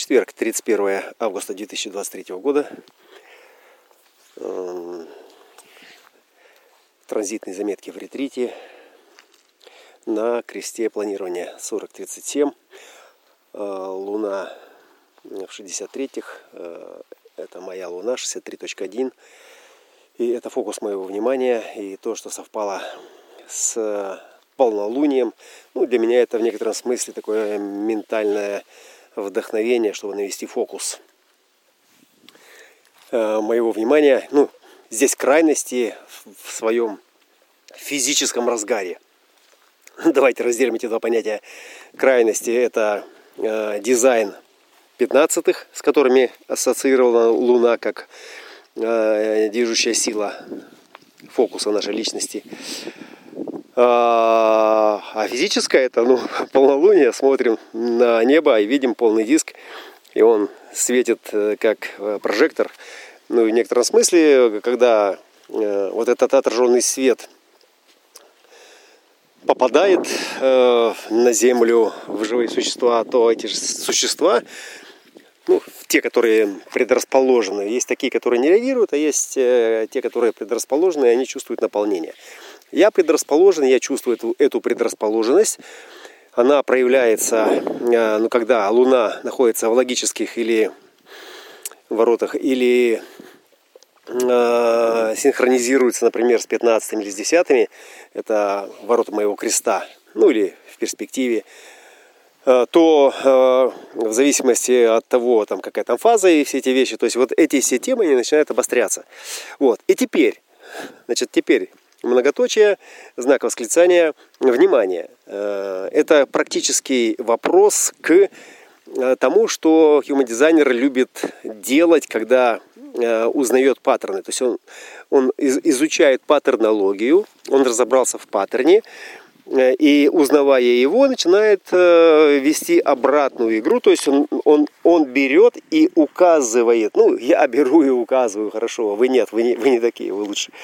Четверг, 31 августа 2023 года. Транзитные заметки в ретрите на кресте планирования 4037. Луна в 63-х. Это моя Луна 63.1. И это фокус моего внимания. И то, что совпало с полнолунием, для меня это в некотором смысле такое ментальное вдохновение, чтобы навести фокус моего внимания. Здесь крайности в своем физическом разгаре. Давайте разделим эти два понятия. Крайности – это дизайн 15-х, с которыми ассоциирована Луна как движущая сила фокуса нашей личности. А физическое – это полнолуние. Смотрим на небо и видим полный диск. И он светит как прожектор. В некотором смысле, когда вот этот отраженный свет попадает на Землю в живые существа, то эти же существа, те, которые предрасположены, есть такие, которые не реагируют, а есть те, которые предрасположены, и они чувствуют наполнение. Я предрасположен, я чувствую эту предрасположенность. Она проявляется, когда Луна находится в логических или воротах, или синхронизируется, например, с 15 или с 10. Это ворота моего креста, или в перспективе. То в зависимости от того, какая там фаза и все эти вещи, то есть вот эти все темы, они начинают обостряться. И теперь многоточие, знак восклицания, внимание. Это практический вопрос к тому, что human дизайнер любит делать, когда узнает паттерны. То есть он изучает паттернологию, он разобрался в паттерне, и, узнавая его, начинает вести обратную игру. То есть он берет и указывает. Я беру и указываю, хорошо, вы нет, вы не такие, вы лучше.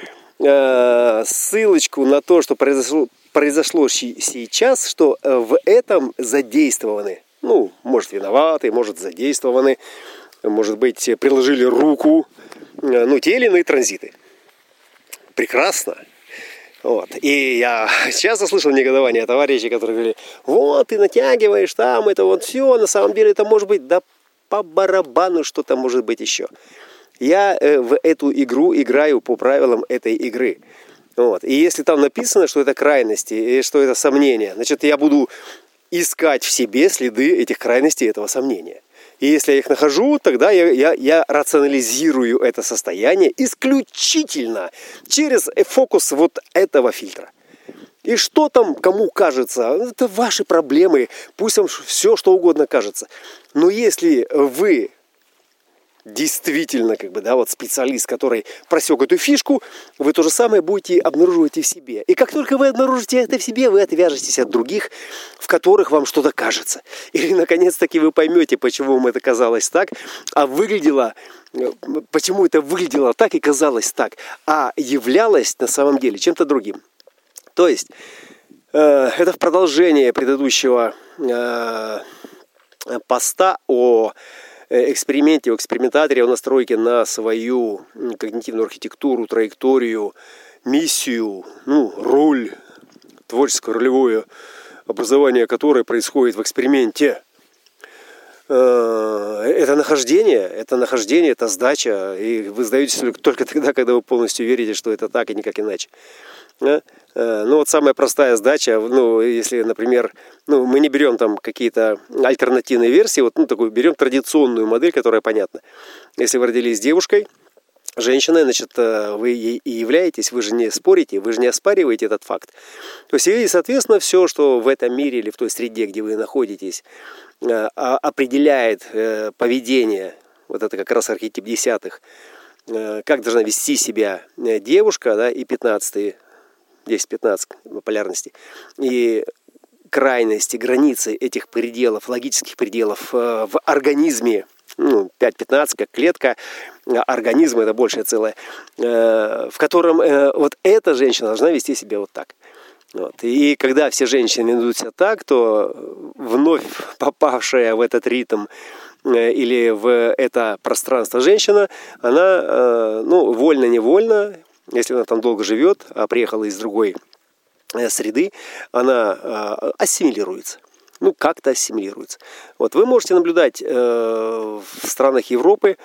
Ссылочку на то, что произошло сейчас, что в этом задействованы. Может, виноваты, может, задействованы, может быть, приложили руку, те или иные транзиты. Прекрасно. И я часто слышал негодование товарищей, которые говорили, ты натягиваешь там, это все, на самом деле это может быть, да по барабану что-то может быть еще. Я в эту игру играю по правилам этой игры. И если там написано, что это крайности, и что это сомнения, значит, я буду искать в себе следы этих крайностей, этого сомнения. И если я их нахожу, тогда я рационализирую это состояние исключительно через фокус вот этого фильтра. И что там кому кажется, это ваши проблемы, пусть вам все что угодно кажется. Но если вы действительно, специалист, который просек эту фишку, вы то же самое будете обнаруживать и в себе. И как только вы обнаружите это в себе, вы отвяжетесь от других, в которых вам что-то кажется. Или, наконец-таки, вы поймете, почему вам это казалось так, почему это выглядело так и казалось так, а являлось на самом деле чем-то другим. То есть, это в продолжение предыдущего поста о эксперименте, о экспериментаторе, о настройке на свою когнитивную архитектуру, траекторию, миссию, роль, творческое ролевое образование, которое происходит в эксперименте. Это нахождение, это сдача, и вы сдаетесь только тогда, когда вы полностью верите, что это так и никак иначе. Самая простая сдача, если, например, мы не берем там какие-то альтернативные версии, такую берем традиционную модель, которая понятна. Если вы родились девушкой, женщиной, значит, вы ей и являетесь, вы же не спорите, вы же не оспариваете этот факт. То есть, и, соответственно, все, что в этом мире или в той среде, где вы находитесь, определяет поведение, вот это как раз архетип 10-х, как должна вести себя девушка, и 15-е, 10-15 полярности, и крайности, границы этих пределов, логических пределов в организме, 5-15, как клетка, организм это большее целое, в котором вот эта женщина должна вести себя вот так. И когда все женщины ведут себя так, то вновь попавшая в этот ритм или в это пространство женщина, она, вольно-невольно, если она там долго живет, а приехала из другой среды, она ассимилируется. Как-то ассимилируется. Вот вы можете наблюдать в странах Европы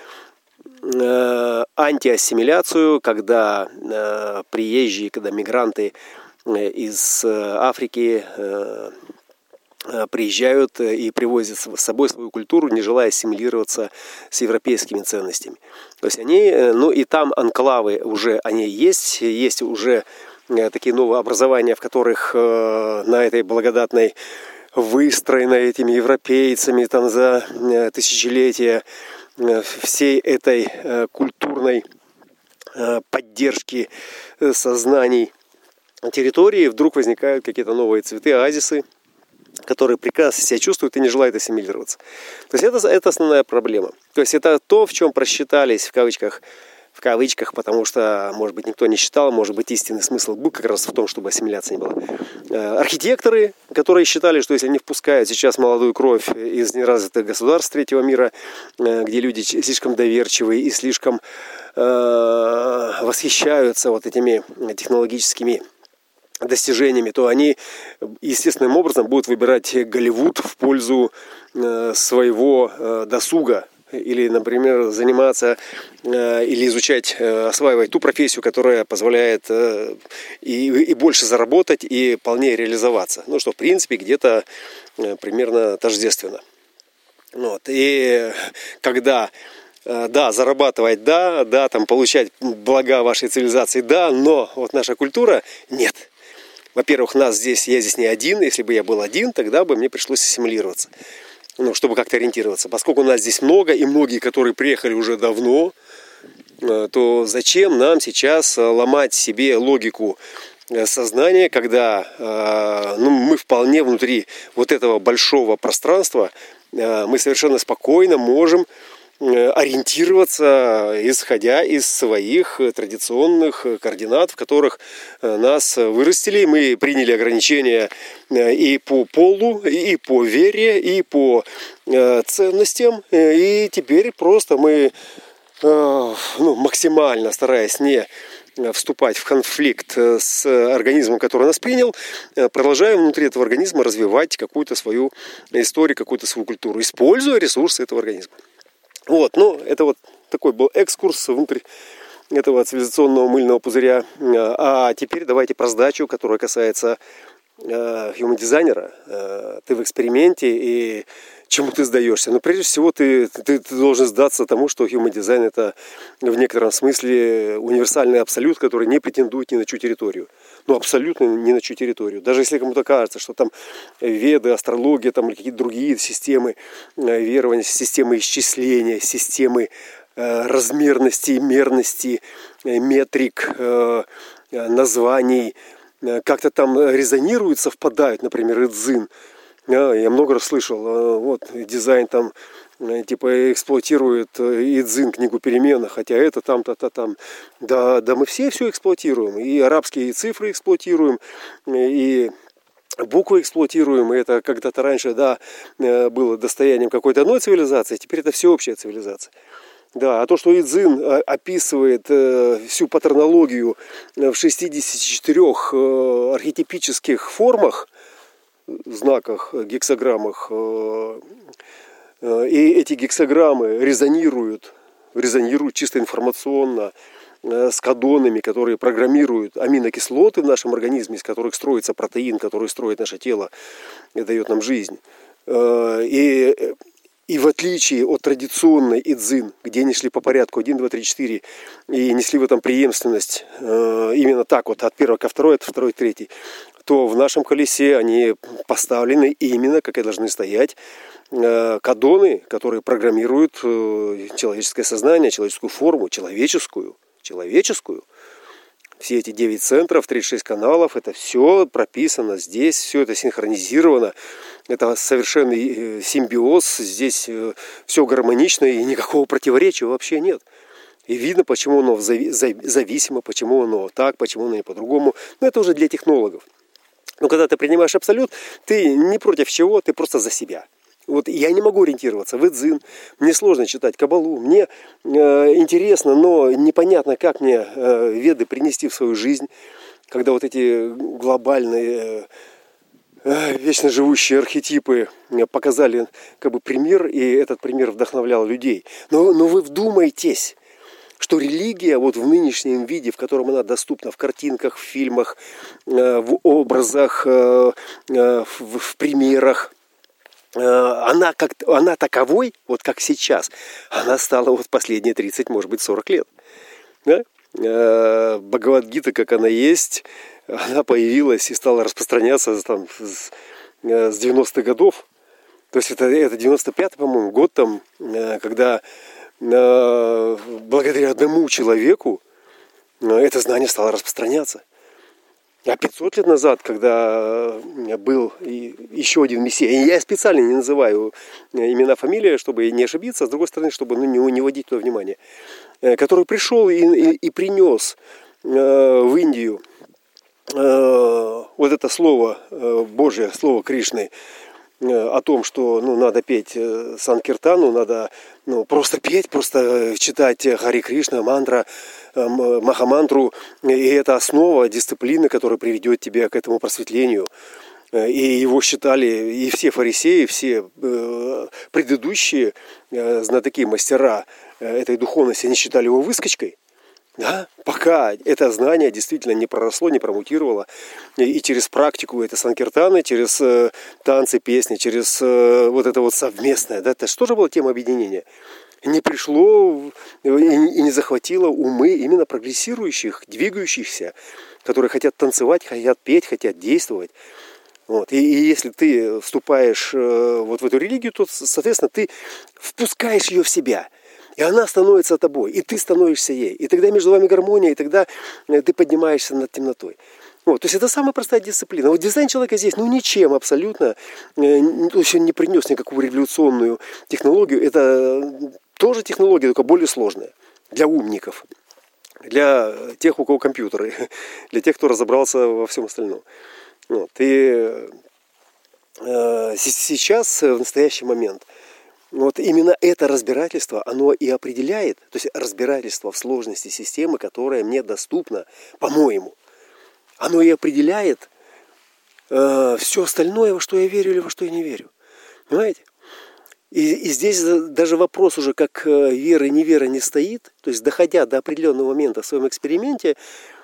антиассимиляцию, когда приезжие, когда мигранты из Африки приезжают и привозят с собой свою культуру, не желая ассимилироваться с европейскими ценностями. То есть они, и там анклавы уже, они есть уже такие новые образования, в которых на этой благодатной, выстроенной этими европейцами там за тысячелетия всей этой культурной поддержки сознаний территории, вдруг возникают какие-то новые цветы, оазисы, которые прекрасно себя чувствуют и не желают ассимилироваться. То есть это основная проблема. То есть это то, в чем просчитались, в кавычках, потому что, может быть, никто не считал, может быть, истинный смысл был как раз в том, чтобы ассимиляции не было. Архитекторы, которые считали, что если они впускают сейчас молодую кровь из неразвитых государств третьего мира, где люди слишком доверчивые и слишком восхищаются вот этими технологическими достижениями, то они естественным образом будут выбирать Голливуд в пользу своего досуга. Или, например, заниматься или изучать, осваивать ту профессию, которая позволяет и больше заработать, и полнее реализоваться. Что, в принципе, где-то примерно тождественно. И когда зарабатывать, там получать блага вашей цивилизации, но вот наша культура нет. Во-первых, я здесь не один. Если бы я был один, тогда бы мне пришлось ассимилироваться. Чтобы как-то ориентироваться. Поскольку нас здесь много, и многие, которые приехали уже давно, то зачем нам сейчас ломать себе логику сознания, когда мы вполне внутри вот этого большого пространства, мы совершенно спокойно можем ориентироваться, исходя из своих традиционных координат, в которых нас вырастили. Мы приняли ограничения и по полу, и по вере, и по ценностям. И теперь просто мы, максимально стараясь не вступать в конфликт с организмом, который нас принял, продолжаем внутри этого организма развивать какую-то свою историю, какую-то свою культуру, используя ресурсы этого организма. Это вот такой был экскурс внутрь этого цивилизационного мыльного пузыря. А теперь давайте про сдачу, которая касается human-дизайнера. Ты в эксперименте, и чему ты сдаешься? Прежде всего, ты должен сдаться тому, что human-дизайн — это в некотором смысле универсальный абсолют, который не претендует ни на чью территорию. Абсолютно ни на чью территорию. Даже если кому-то кажется, что там веды, астрология, там или какие-то другие системы верования, системы исчисления, системы размерности, мерности, метрик, названий, как-то там резонируют, совпадают, например, идзин. Я много раз слышал, дизайн там эксплуатирует идзин, книгу перемены, хотя это там-то. Да, мы все эксплуатируем. И арабские цифры эксплуатируем, и буквы эксплуатируем. И это когда-то раньше, было достоянием какой-то одной цивилизации, теперь это всеобщая цивилизация. Да, а то, что идзин описывает всю паттернологию в 64 архетипических формах, знаках, гексограммах, и эти гексограммы резонируют чисто информационно с кодонами, которые программируют аминокислоты в нашем организме, из которых строится протеин, который строит наше тело и дает нам жизнь. И в отличие от традиционной идзин, где они шли по порядку 1, 2, 3, 4 и несли в этом преемственность именно так вот от первого ко второй, от второй к третьей, то в нашем колесе они поставлены именно, как и должны стоять, кодоны, которые программируют человеческое сознание, человеческую форму, человеческую. Все эти 9 центров, 36 каналов, это все прописано здесь, все это синхронизировано. Это совершенный симбиоз, здесь все гармонично и никакого противоречия вообще нет. И видно, почему оно зависимо, почему оно так, почему оно не по-другому. Но это уже для технологов. Но когда ты принимаешь абсолют, ты не против чего, ты просто за себя. Вот я не могу ориентироваться в дзин, мне сложно читать каббалу, мне интересно, но непонятно, как мне веды принести в свою жизнь, когда вот эти глобальные вечно живущие архетипы показали как бы пример, и этот пример вдохновлял людей. Но вы вдумайтесь, что религия вот в нынешнем виде, в котором она доступна в картинках, в фильмах, в образах, в примерах, она таковой, вот как сейчас, она стала вот последние 30, может быть, 40 лет. Да? Бхагавад-гита, как она есть, она появилась и стала распространяться там, с 90-х годов. То есть это 95-й, по-моему, год, там, когда благодаря одному человеку это знание стало распространяться. А 500 лет назад, когда был еще один мессия, я специально не называю имена, фамилии, чтобы не ошибиться, а с другой стороны, чтобы не вводить туда внимание, который пришел и принес в Индию вот это слово Божие, слово Кришны, о том, что надо петь санкиртану, надо просто петь, просто читать Хари Кришна, мантра, махамантру, и это основа дисциплины, которая приведет тебя к этому просветлению. И его считали и все фарисеи, все предыдущие знатоки, мастера этой духовности, они считали его выскочкой. Да? Пока это знание действительно не проросло, не промутировало. И через практику это санкиртаны, через танцы, песни, через вот это вот совместное. Да? Это что же была тема объединения? Не пришло и не захватило умы именно прогрессирующих, двигающихся, которые хотят танцевать, хотят петь, хотят действовать. Вот. И если ты вступаешь вот в эту религию, то, соответственно, ты впускаешь ее в себя. И она становится тобой, и ты становишься ей. И тогда между вами гармония, и тогда ты поднимаешься над темнотой. Вот, то есть это самая простая дисциплина. Вот дизайн человека здесь, ничем абсолютно, то есть он не принес никакую революционную технологию. Это тоже технология, только более сложная для умников, для тех, у кого компьютеры, для тех, кто разобрался во всем остальном. Вот, и сейчас, в настоящий момент, вот именно это разбирательство, оно и определяет, то есть разбирательство в сложности системы, которая мне доступна, по-моему, оно и определяет все остальное, во что я верю или во что я не верю. Понимаете? И здесь даже вопрос уже, как вера и невера не стоит, то есть доходя до определенного момента в своем эксперименте,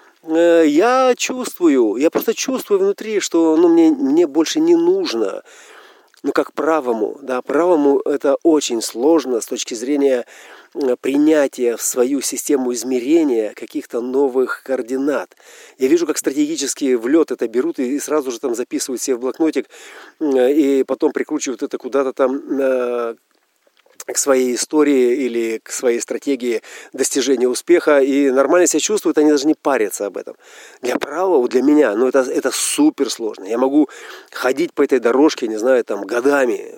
я просто чувствую внутри, что мне больше не нужно, как правому, да, правому это очень сложно с точки зрения принятия в свою систему измерения каких-то новых координат. Я вижу, как стратегически в лед это берут и сразу же там записывают себе в блокнотик и потом прикручивают это куда-то там к своей истории или к своей стратегии достижения успеха, и нормально себя чувствуют, они даже не парятся об этом. Для правого, для меня, это супер сложно. Я могу ходить по этой дорожке, не знаю, там годами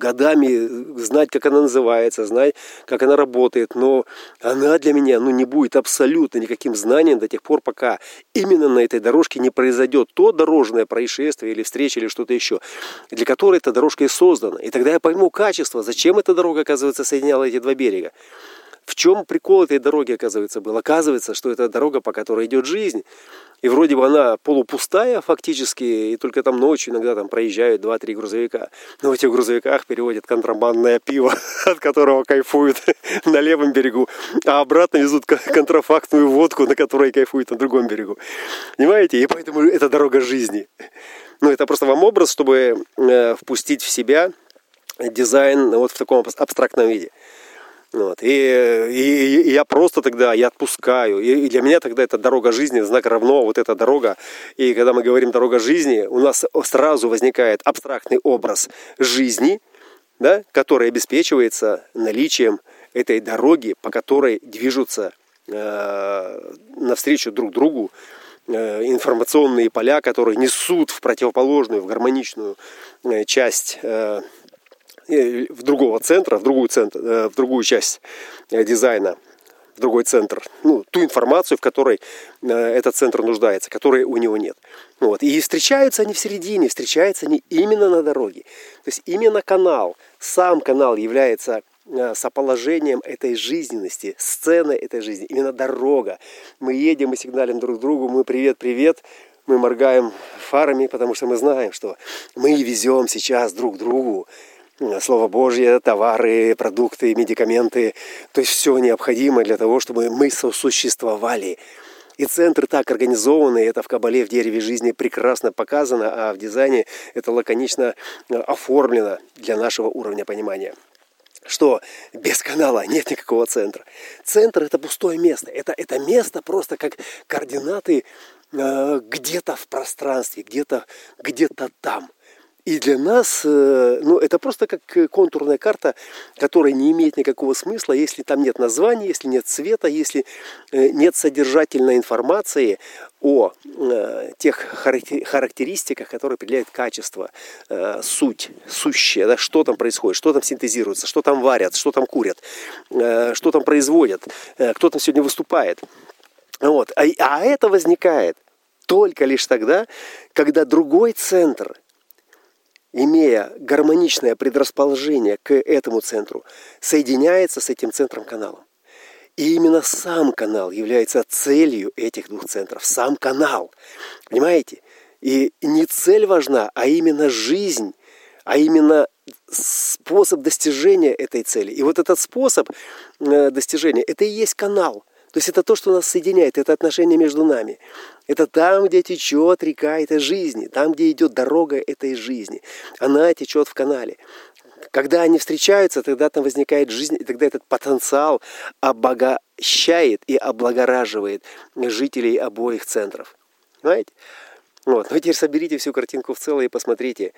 знать, как она называется, знать, как она работает, но она для меня, не будет абсолютно никаким знанием до тех пор, пока именно на этой дорожке не произойдет то дорожное происшествие или встреча или что-то еще, для которой эта дорожка и создана. И тогда я пойму качество, зачем эта дорога, оказывается, соединяла эти два берега. В чем прикол этой дороги, оказывается, был? Оказывается, что это дорога, по которой идет жизнь. И вроде бы она полупустая фактически, и только там ночью иногда там проезжают 2-3 грузовика. Но в этих грузовиках переводят контрабандное пиво, от которого кайфуют на левом берегу, а обратно везут контрафактную водку, на которой кайфуют на другом берегу. Понимаете? И поэтому это дорога жизни. Это просто вам образ, чтобы впустить в себя дизайн вот в таком абстрактном виде. Вот. И я просто тогда, я отпускаю. И для меня тогда это дорога жизни, знак равно вот эта дорога. И когда мы говорим дорога жизни, у нас сразу возникает абстрактный образ жизни, да, который обеспечивается наличием этой дороги, по которой движутся навстречу друг другу информационные поля, которые несут в противоположную, в гармоничную часть в другого центра, в другую часть дизайна в другой центр, ну, ту информацию, в которой этот центр нуждается, которой у него нет. Вот. И встречаются они в середине, встречаются они именно на дороге. То есть именно канал, сам канал является соположением этой жизненности, сцены этой жизни, именно дорога. Мы едем, мы сигналим друг другу, мы привет, мы моргаем фарами, потому что мы знаем, что мы везем сейчас друг другу Слово Божье, товары, продукты, медикаменты, то есть все необходимое для того, чтобы мы сосуществовали. И центры так организованы, это в Кабале, в дереве жизни прекрасно показано, а в дизайне это лаконично оформлено для нашего уровня понимания. Что без канала нет никакого центра. Центр – это пустое место. Это место просто как координаты где-то в пространстве, где-то там. И для нас, это просто как контурная карта, которая не имеет никакого смысла, если там нет названия, если нет цвета, если нет содержательной информации о тех характеристиках, которые определяют качество, суть, сущее, да, что там происходит, что там синтезируется, что там варят, что там курят, что там производят, кто там сегодня выступает. Вот. А это возникает только лишь тогда, когда другой центр, имея гармоничное предрасположение к этому центру, соединяется с этим центром каналом. И именно сам канал является целью этих двух центров. Сам канал. Понимаете? И не цель важна, а именно жизнь, а именно способ достижения этой цели. И вот этот способ достижения, это и есть канал. То есть это то, что нас соединяет, это отношения между нами. Это там, где течет река этой жизни, там, где идет дорога этой жизни. Она течет в канале. Когда они встречаются, тогда там возникает жизнь, и тогда этот потенциал обогащает и облагораживает жителей обоих центров. Понимаете? Вот. Ну теперь соберите всю картинку в целое и посмотрите,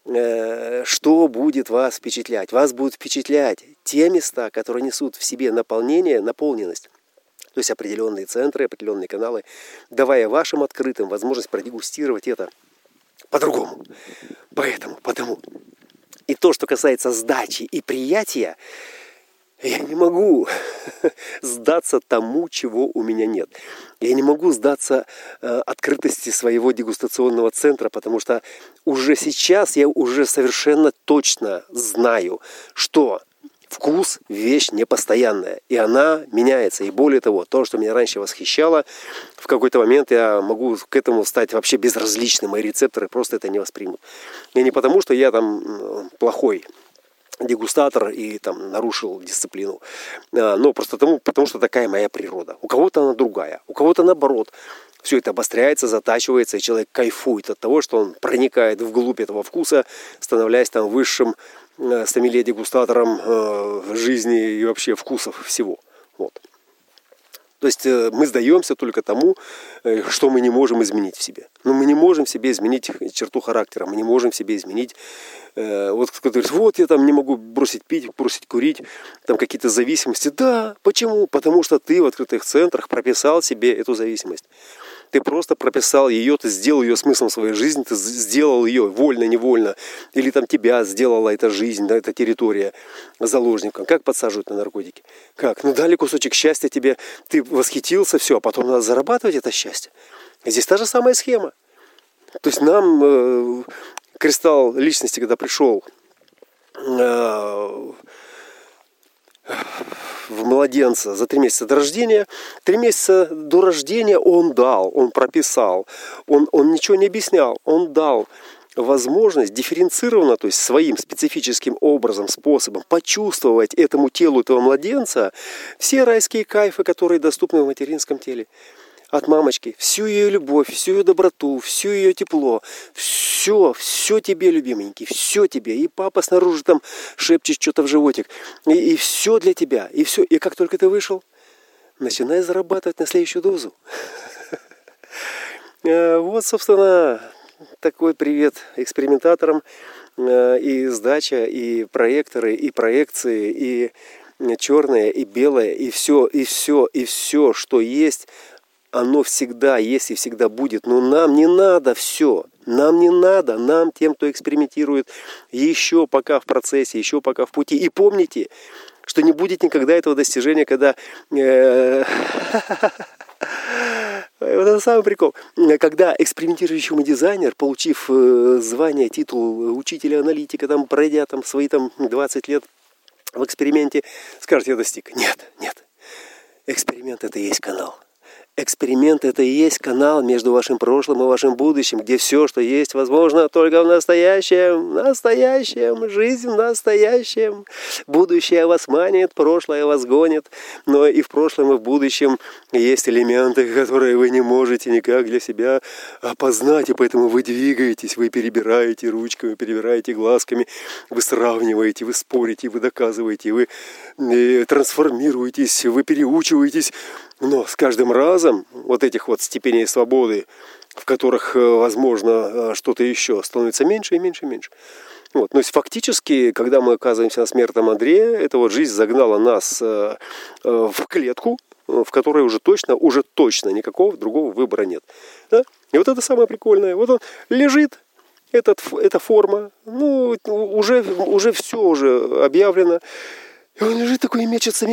что будет вас впечатлять. Вас будут впечатлять те места, которые несут в себе наполнение, наполненность. То есть определенные центры, определенные каналы, давая вашим открытым возможность продегустировать это по-другому. Потому. И то, что касается сдачи и приятия, я не могу сдаться тому, чего у меня нет. Я не могу сдаться открытости своего дегустационного центра, потому что уже сейчас я уже совершенно точно знаю, что вкус – вещь непостоянная, и она меняется. И более того, то, что меня раньше восхищало, в какой-то момент я могу к этому стать вообще безразличным. Мои рецепторы просто это не воспримут. И не потому, что я там плохой дегустатор и там нарушил дисциплину, но просто потому, что такая моя природа. У кого-то она другая, у кого-то наоборот. Все это обостряется, затачивается, и человек кайфует от того, что он проникает вглубь этого вкуса, становляясь там высшим сомелье-дегустатором жизни и вообще вкусов всего. Вот. То есть мы сдаемся только тому, что мы не можем изменить в себе. Но мы не можем в себе изменить черту характера, мы не можем в себе изменить. Вот кто-то говорит, вот я там не могу бросить пить, бросить курить, там какие-то зависимости. Да, почему? Потому что ты в открытых центрах прописал себе эту зависимость. Ты просто прописал ее, ты сделал ее смыслом своей жизни, ты сделал ее вольно-невольно. Или там тебя сделала эта жизнь, да, эта территория заложником. Как подсаживают на наркотики? Как? Ну дали кусочек счастья тебе, ты восхитился, все, а потом надо зарабатывать это счастье. И здесь та же самая схема. То есть нам кристалл личности, когда пришел в младенца за 3 месяца до рождения, 3 месяца до рождения он дал, он прописал, он ничего не объяснял, он дал возможность дифференцированно, то есть своим специфическим образом, способом почувствовать этому телу этого младенца все райские кайфы, которые доступны в материнском теле. От мамочки, всю ее любовь, всю ее доброту, всю ее тепло, все тебе, любименький, все тебе. И папа снаружи там шепчет что-то в животик, и все для тебя, и все. И как только ты вышел, начинай зарабатывать на следующую дозу. Вот, собственно, такой привет экспериментаторам. И сдача, и проекторы, и проекции, и черное, и белое, и все, что есть. Оно всегда есть и всегда будет. Но нам не надо все. Нам не надо. Нам, тем, кто экспериментирует, еще пока в процессе, еще пока в пути. И помните, что не будет никогда этого достижения, когда... Вот это самый прикол. Когда экспериментирующий дизайнер, получив звание, титул учителя-аналитика, там, пройдя там, свои 20 лет в эксперименте, скажет, я достиг. Нет. Эксперимент – это и есть канал. Эксперимент – это и есть канал между вашим прошлым и вашим будущим, где все, что есть, возможно только в настоящем, жизнь в настоящем. Будущее вас манит, прошлое вас гонит, но и в прошлом, и в будущем есть элементы, которые вы не можете никак для себя опознать, и поэтому вы двигаетесь, вы перебираете ручками, перебираете глазками, вы сравниваете, вы спорите, вы доказываете, вы трансформируетесь, вы переучиваетесь. Но с каждым разом вот этих вот степеней свободы, в которых возможно что-то еще, становится меньше и меньше и меньше. Вот. То есть фактически, когда мы оказываемся на смертном одре, эта вот жизнь загнала нас в клетку, в которой уже точно никакого другого выбора нет. Да? И вот это самое прикольное. Вот он лежит, эта форма, уже все уже объявлено. И он лежит такой и мечется.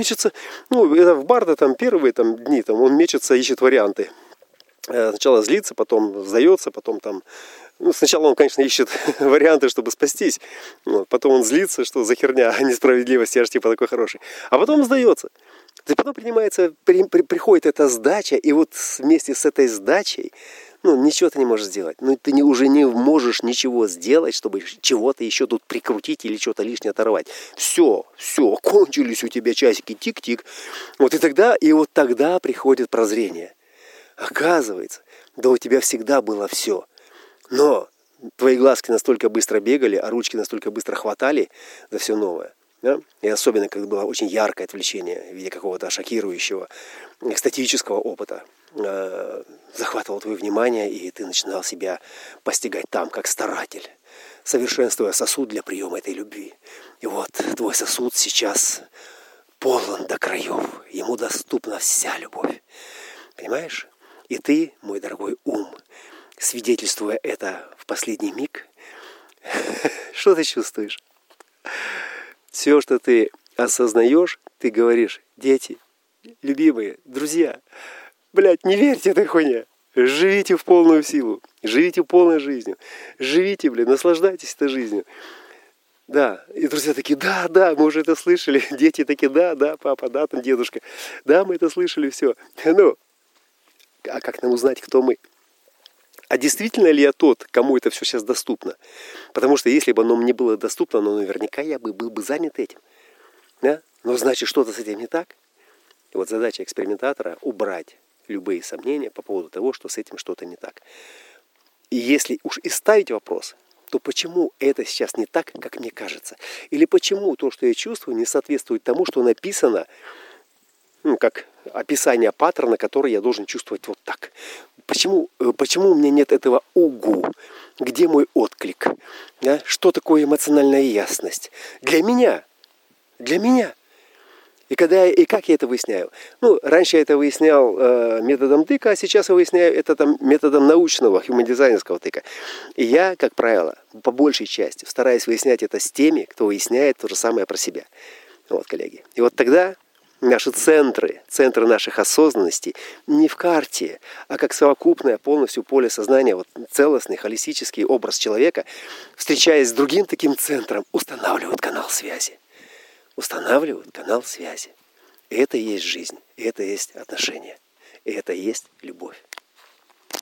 Это в Барда первые дни, он мечется, ищет варианты. Сначала злится, потом сдается, потом сначала он, конечно, ищет варианты, чтобы спастись. Потом он злится, что за херня, несправедливость, я же такой хороший. А потом сдается. И потом приходит эта сдача, и вот вместе с этой сдачей ничего ты не можешь сделать. Ты уже не можешь ничего сделать, чтобы чего-то еще тут прикрутить или что-то лишнее оторвать. Все, кончились у тебя часики, тик-тик. Вот тогда приходит прозрение. Оказывается, да у тебя всегда было все. Но твои глазки настолько быстро бегали, а ручки настолько быстро хватали за все новое. Да? И особенно, когда было очень яркое отвлечение в виде какого-то шокирующего, экстатического опыта. Захватывал твое внимание, и ты начинал себя постигать там, как старатель, совершенствуя сосуд для приема этой любви. И вот твой сосуд сейчас полон до краев, ему доступна вся любовь. Понимаешь? И ты, мой дорогой ум, свидетельствуя это в последний миг, что ты чувствуешь? Все, что ты осознаешь, ты говоришь: дети, любимые, друзья, не верьте этой хуйне. Живите в полную силу. Живите полной жизнью. Живите, наслаждайтесь этой жизнью. Да. И друзья такие: да, мы уже это слышали. Дети такие: да, папа, да, дедушка. Да, мы это слышали, все. А как нам узнать, кто мы? А действительно ли я тот, кому это все сейчас доступно? Потому что если бы оно мне было доступно, наверняка я был бы занят этим. Да? Но значит, что-то с этим не так. И вот задача экспериментатора — убрать любые сомнения по поводу того, что с этим что-то не так. И если уж и ставить вопрос, то почему это сейчас не так, как мне кажется? Или почему то, что я чувствую, не соответствует тому, что написано, как описание паттерна, который я должен чувствовать вот так? Почему у меня нет этого угу? Где мой отклик? Да? Что такое эмоциональная ясность? Для меня. И как я это выясняю? Раньше я это выяснял методом тыка, а сейчас я выясняю это методом научного, хьюман-дизайнерского тыка. И я, как правило, по большей части стараюсь выяснять это с теми, кто выясняет то же самое про себя. Вот, коллеги. И вот тогда наши центры наших осознанностей не в карте, а как совокупное полностью поле сознания, целостный, холистический образ человека, встречаясь с другим таким центром, устанавливают канал связи. И это и есть жизнь, и это и есть отношения, и это и есть любовь.